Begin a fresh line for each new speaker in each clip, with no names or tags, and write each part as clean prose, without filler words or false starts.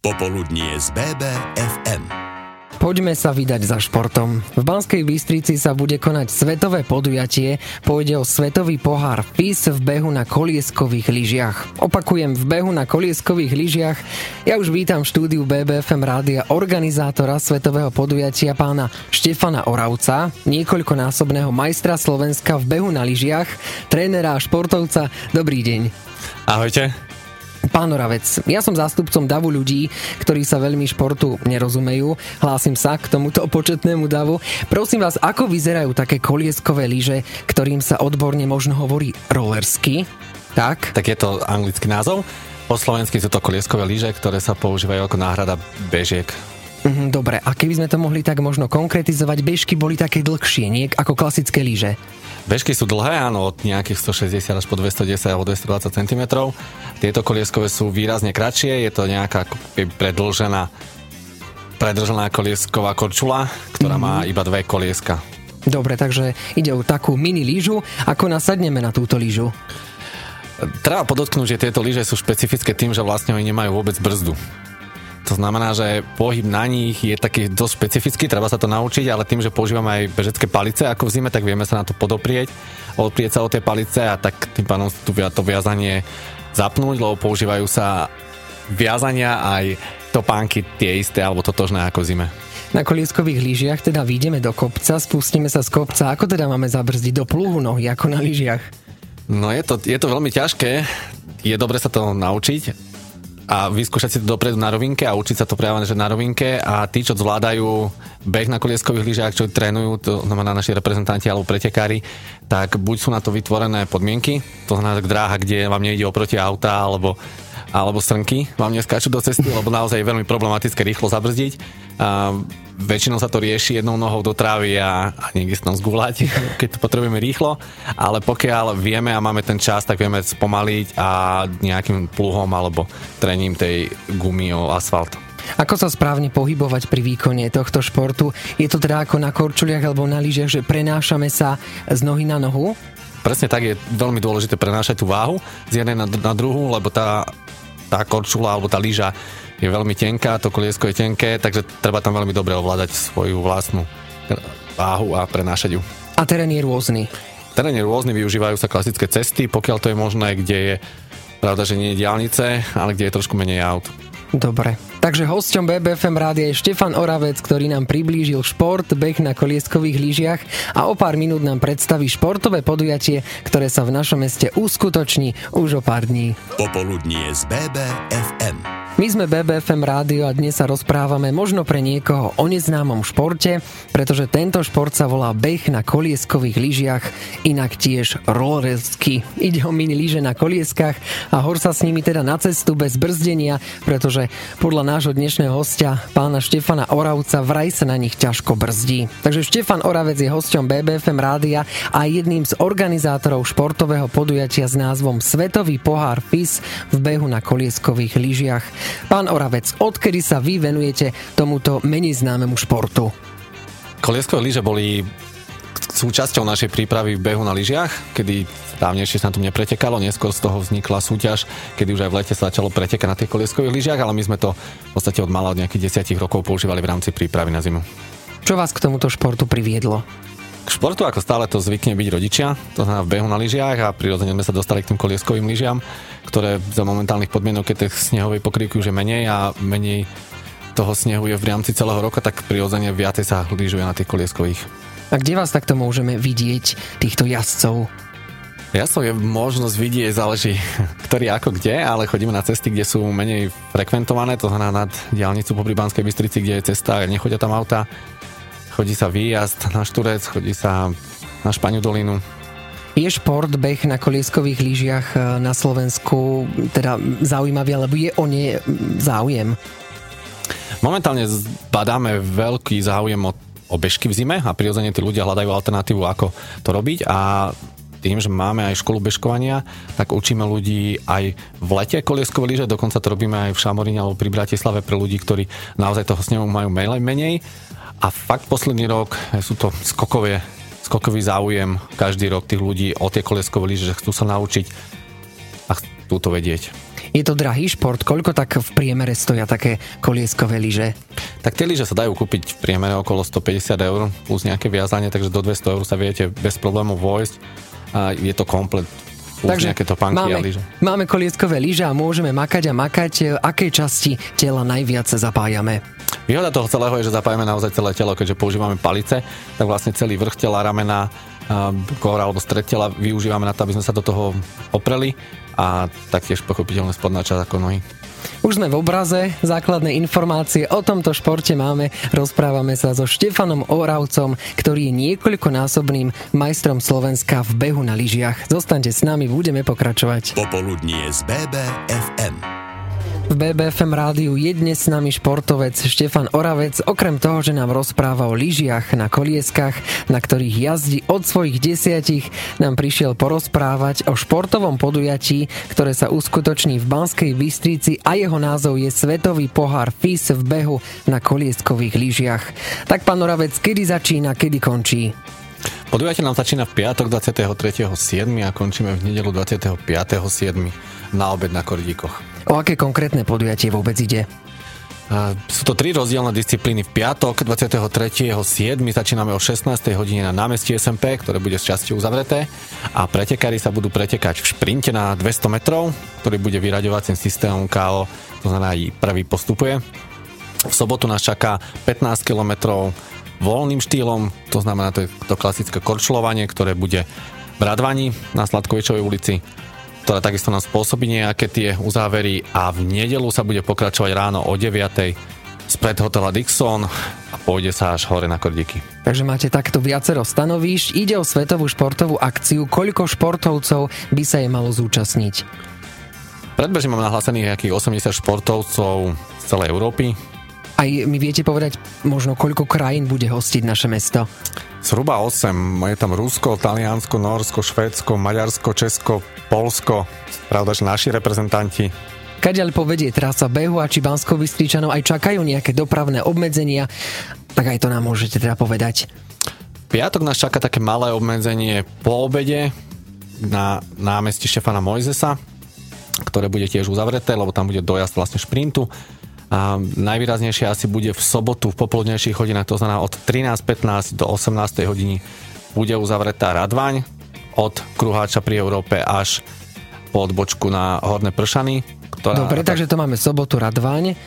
Popoludnie z BBFM.
Poďme sa vydať za športom. V Banskej Bystrici sa bude konať svetové podujatie. Pôjde o svetový pohár FIS v behu na kolieskových lyžiach. Opakujem, v behu na kolieskových lyžiach. Ja už vítam v štúdiu BBFM rádia organizátora svetového podujatia pána Štefana Oravca, niekoľkonásobného majstra Slovenska v behu na lyžiach, trénera a športovca. Dobrý deň.
Ahojte.
Pán Oravec, ja som zástupcom davu ľudí, ktorí sa veľmi športu nerozumejú. Hlásim sa k tomuto početnému davu. Prosím vás, ako vyzerajú také kolieskové lyže, ktorým sa odborne možno hovorí rollersky? Tak
je to anglický názov. Po slovensky sú to kolieskové lyže, ktoré sa používajú ako náhrada bežiek.
Dobre, a keby sme to mohli tak možno konkretizovať, bežky boli také dlhšie, nie ako klasické lyže?
Bežky sú dlhé, áno, od nejakých 160 až po 210 alebo 220 cm. Tieto kolieskové sú výrazne kratšie, je to nejaká predĺžená koliesková korčula, ktorá má iba dve kolieska.
Dobre, takže ide o takú mini lyžu. Ako nasadneme na túto lyžu?
Treba podotknúť, že tieto lyže sú špecifické tým, že vlastne oni nemajú vôbec brzdu. To znamená, že pohyb na nich je taký dosť špecifický, treba sa to naučiť, ale tým, že používame aj bežecké palice ako v zime, tak vieme sa na to oprieť sa o tie palice a tak tým pádom to viazanie zapnúť, lebo používajú sa viazania aj topánky tie isté alebo totožné ako v zime.
Na kolieskových lyžiach teda vyjdeme do kopca, spustíme sa z kopca. Ako teda máme zabrzdiť do pluhu nohy ako na lyžiach?
No je to veľmi ťažké, je dobre sa to naučiť a vyskúšať si to dopredu na rovinke a učiť sa to práve že na rovinke a tí, čo zvládajú beh na kolieskových lyžiach, čo trénujú, to znamená naši reprezentanti alebo pretekári, tak buď sú na to vytvorené podmienky, to znamená dráha, kde vám nejde oproti auta alebo srnky vám neskáču do cesty, lebo naozaj je veľmi problematické rýchlo zabrzdiť. Väčšinou sa to rieši jednou nohou do trávy a niekde sa tam zgúľať, keď to potrebujeme rýchlo, ale pokiaľ vieme a máme ten čas, tak vieme spomaliť a nejakým pluhom alebo trením tej gumy o asfalt.
Ako sa správne pohybovať pri výkone tohto športu? Je to teda ako na korčuliach alebo na lyžiach, že prenášame sa z nohy na nohu?
Presne tak, je veľmi dôležité prenášať tú váhu z jednej na druhú, lebo tá korčula alebo tá lyža je veľmi tenká, to koliesko je tenké, takže treba tam veľmi dobre ovládať svoju vlastnú váhu a prenášať ju.
A terén je rôzny?
Terén je rôzny, využívajú sa klasické cesty, pokiaľ to je možné, kde je pravda, že nie je diaľnice, ale kde je trošku menej aut.
Dobre. Takže hosťom BBFM rádia je Štefan Oravec, ktorý nám priblížil šport, beh na kolieskových lyžiach a o pár minút nám predstaví športové podujatie, ktoré sa v našom meste uskutoční už o pár dní.
Popoludnie z BBFM.
My sme BBFM rádio a dnes sa rozprávame možno pre niekoho o neznámom športe, pretože tento šport sa volá beh na kolieskových lyžiach, inak tiež rollersky. Ide o mini lyže na kolieskach a hor sa s nimi teda na cestu bez brzdenia, pretože podľa nášho dnešného hostia, pána Štefana Oravca, vraj sa na nich ťažko brzdí. Takže Štefan Oravec je hosťom BBFM rádia a jedným z organizátorov športového podujatia s názvom Svetový pohár FIS v behu na kolieskových lyžiach. Pán Oravec, odkedy sa vy venujete tomuto menej známemu športu?
Kolieskové lyže boli súčasťou našej prípravy v behu na lyžiach, kedy dávnejšie sa na tom nepretekalo, neskôr z toho vznikla súťaž, kedy už aj v lete sa začalo pretekať na tých kolieskových lyžiach, ale my sme to v podstate od mala, od nejakých 10 rokov používali v rámci prípravy na zimu.
Čo vás k tomuto športu priviedlo?
K športu ako stále to zvykne byť rodičia, to znamená v behu na lyžiach a prirodzene sme sa dostali k tým kolieskovým lyžiam, ktoré za momentálnych podmienok, keď tej snehovej pokrývky už je menej a menej toho snehu je v rámci celého roka, tak prirodzene viacej sa lyžuje na tých kolieskových.
A kde vás takto môžeme vidieť, týchto jazdcov?
Jazdcov je možnosť vidieť, záleží ktorý ako kde, ale chodíme na cesty, kde sú menej frekventované, to znamená nad diaľnicu popri Banskej Bystrici, kde je cesta a nechodia tam auta. Chodí sa výjazd na Šturec, chodí sa na Špaňu dolinu.
Je šport, beh na kolieskových lyžiach na Slovensku teda zaujímavý, alebo je o ne záujem?
Momentálne badáme veľký záujem o bežky v zime a prirodzene tí ľudia hľadajú alternatívu, ako to robiť a tým, že máme aj školu bežkovania, tak učíme ľudí aj v lete kolieskové lyže, dokonca to robíme aj v Šamoríne alebo pri Bratislave pre ľudí, ktorí naozaj toho snehu majú menej. A fakt posledný rok sú to skokový záujem každý rok tých ľudí o tie kolieskové lyže, že chcú sa naučiť a chcú to vedieť.
Je to drahý šport? Koľko tak v priemere stoja také kolieskové lyže?
Tak tie lyže sa dajú kúpiť v priemere okolo 150 eur plus nejaké viazanie, takže do 200 eur sa viete bez problémov vojsť a je to komplet. Takže nejaké topánky a lyže. Máme
kolieskové lyže a môžeme makať a makať. Aké časti tela najviac zapájame?
Výhoda toho celého je, že zapájame naozaj celé telo, keďže používame palice, tak vlastne celý vrch tela, ramena, kóra alebo stred tela využívame na to, aby sme sa do toho opreli a taktiež pochopiteľne spodná časť ako nohy.
Už sme v obraze, základné informácie o tomto športe máme. Rozprávame sa so Štefanom Oravcom, ktorý je niekoľkonásobným majstrom Slovenska v behu na lyžiach. Zostaňte s nami, budeme pokračovať.
Popoludnie z BBFM.
V BBFM rádiu je dnes s nami športovec Štefan Oravec. Okrem toho, že nám rozpráva o lyžiach na kolieskach, na ktorých jazdí od svojich 10, nám prišiel porozprávať o športovom podujatí, ktoré sa uskutoční v Banskej Bystrici a jeho názov je Svetový pohár FIS v behu na kolieskových lyžiach. Tak pán Oravec, kedy začína, kedy končí?
Podujatie nám začína v piatok 23.7. a končíme v nedeľu 25.7. na obed na kordíkoch.
O aké konkrétne podujatie vôbec ide?
Sú to 3 rozdielne disciplíny. V piatok 23.7. začíname o 16. hodine na námestí SMP, ktoré bude z časti uzavreté a pretekári sa budú pretekať v šprinte na 200 metrov, ktorý bude vyraďovacím systémom KO, to znamená aj prvý postupuje. V sobotu nás čaká 15 kilometrov voľným štýlom, to znamená to klasické korčľovanie, ktoré bude v Radvani na Sladkovičovej ulici, ktorá takisto nám spôsobí nejaké tie uzávery a v nedeľu sa bude pokračovať ráno o 9:00 spred hotela Dixon a pôjde sa až hore na Kordíky.
Takže máte takto viacero stanovíšť. Ide o svetovú športovú akciu. Koľko športovcov by sa jej malo zúčastniť?
Predbežne mám nahlásených nejakých 80 športovcov z celej Európy.
Aj mi viete povedať možno koľko krajín bude hostiť naše mesto?
Zhruba 8. Je tam Rusko, Taliansko, Nórsko, Švédsko, Maďarsko, Česko, Poľsko. Pravda, že naši reprezentanti.
Kaďaľ povedie trasa behu a či Banskobystričanov aj čakajú nejaké dopravné obmedzenia, tak aj to nám môžete teda povedať.
Piatok nás čaká také malé obmedzenie po obede na námestí Štefana Mojzesa, ktoré bude tiež uzavreté, lebo tam bude dojazd vlastne šprintu. A najvýraznejšie asi bude v sobotu v popoludnejších hodinách, to znamená od 13:15 do 18:00 hodiny bude uzavretá Radvaň od Kruháča pri Európe až po odbočku na Horné Pršany.
Dobre, takže to máme sobotu Radvaň.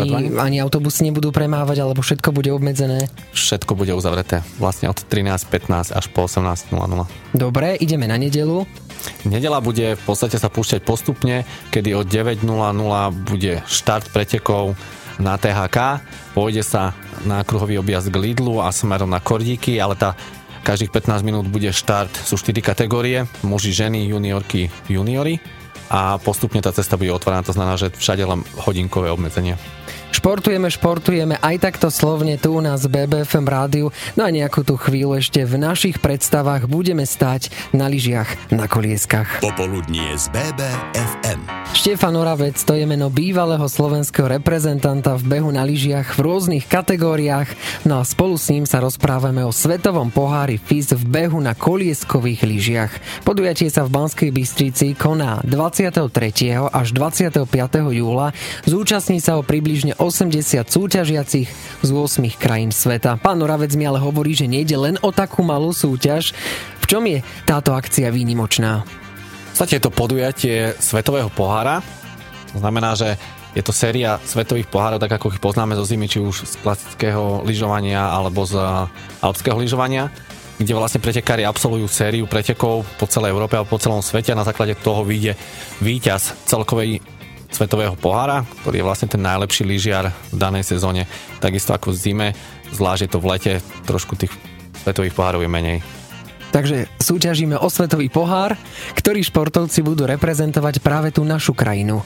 Ani autobusy nebudú premávať, alebo všetko bude obmedzené?
Všetko bude uzavreté vlastne od 13:15 až po 18:00.
Dobre, ideme na nedeľu.
Nedeľa bude v podstate sa púšťať postupne, kedy od 9:00 bude štart pretekov na THK, pôjde sa na kruhový objazd k Lidlu a smerom na Kordíky, ale každých 15 minút bude štart, sú 4 kategórie, muži, ženy, juniorky, juniori a postupne tá cesta bude otvorená, to znamená, že všade len hodinkové obmedzenie.
Športujeme aj takto slovne tu u nás v BBFM rádiu. No a nejakú tú chvíľu ešte v našich predstavách budeme stáť na lyžiach na kolieskach.
Popoludnie z BBFM.
Štefan Oravec, to je meno bývalého slovenského reprezentanta v behu na lyžiach v rôznych kategóriách. No a spolu s ním sa rozprávame o svetovom pohári FIS v behu na kolieskových lyžiach. Podujatie sa v Banskej Bystrici koná 23. až 25. júla. Zúčastní sa o približne 80 súťažiacich z 8 krajín sveta. Pán Oravec mi ale hovorí, že nejde len o takú malú súťaž. V čom je táto akcia výnimočná?
V podstate je to podujatie svetového pohára. To znamená, že je to séria svetových pohárov, tak ako ich poznáme zo zimy, či už z klasického lyžovania alebo z alpského lyžovania, kde vlastne pretekári absolvujú sériu pretekov po celej Európe a po celom svete a na základe toho vyjde víťaz celkovej svetového pohára, ktorý je vlastne ten najlepší lyžiar v danej sezóne. Takisto ako v zime, zvlášť je to v lete, trošku tých svetových pohárov je menej.
Takže súťažíme o svetový pohár, ktorí športovci budú reprezentovať práve tú našu krajinu.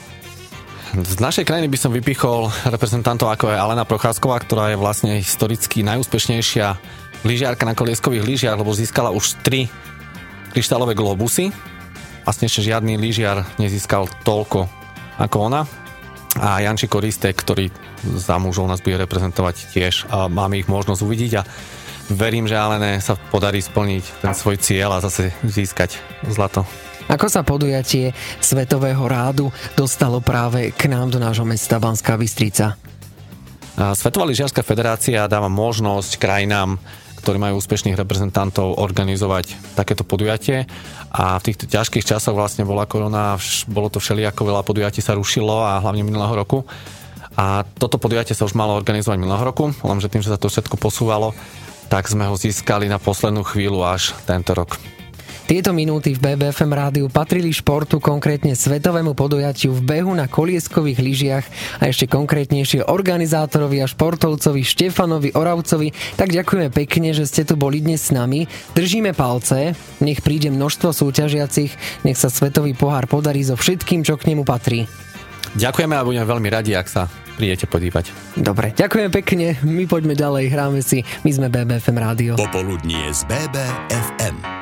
Z našej krajiny by som vypichol reprezentantov ako je Alena Procházková, ktorá je vlastne historicky najúspešnejšia lyžiarka na kolieskových lyžiach, lebo získala už 3 kryštálové globusy. Vlastne ešte žiadny lyžiar nezískal toľko ako ona. A Janči Koristek, ktorý za mužov nás bude reprezentovať tiež a máme ich možnosť uvidieť a verím, že Alene sa podarí splniť ten svoj cieľ a zase získať zlato.
Ako sa podujatie Svetového rádu dostalo práve k nám do nášho mesta Banská Bystrica?
Svetová lyžiarska federácia dáva možnosť krajinám, ktorí majú úspešných reprezentantov, organizovať takéto podujatie. A v týchto ťažkých časoch vlastne bola korona, bolo to všelijako, veľa podujatí sa rušilo a hlavne minulého roku. A toto podujatie sa už malo organizovať minulého roku, lenže tým, že sa to všetko posúvalo, tak sme ho získali na poslednú chvíľu až tento rok.
Tieto minúty v BBFM rádiu patrili športu, konkrétne svetovému podujatiu v behu na kolieskových lyžiach a ešte konkrétnejšie organizátorovi a športovcovi Štefanovi Oravcovi. Tak ďakujeme pekne, že ste tu boli dnes s nami. Držíme palce, nech príde množstvo súťažiacich, nech sa svetový pohár podarí so všetkým, čo k nemu patrí.
Ďakujeme a budeme veľmi radi, ak sa prídete podívať.
Dobre, ďakujem pekne, my poďme ďalej, hráme si, my sme BBFM rádio.
Popoludnie z BBFM.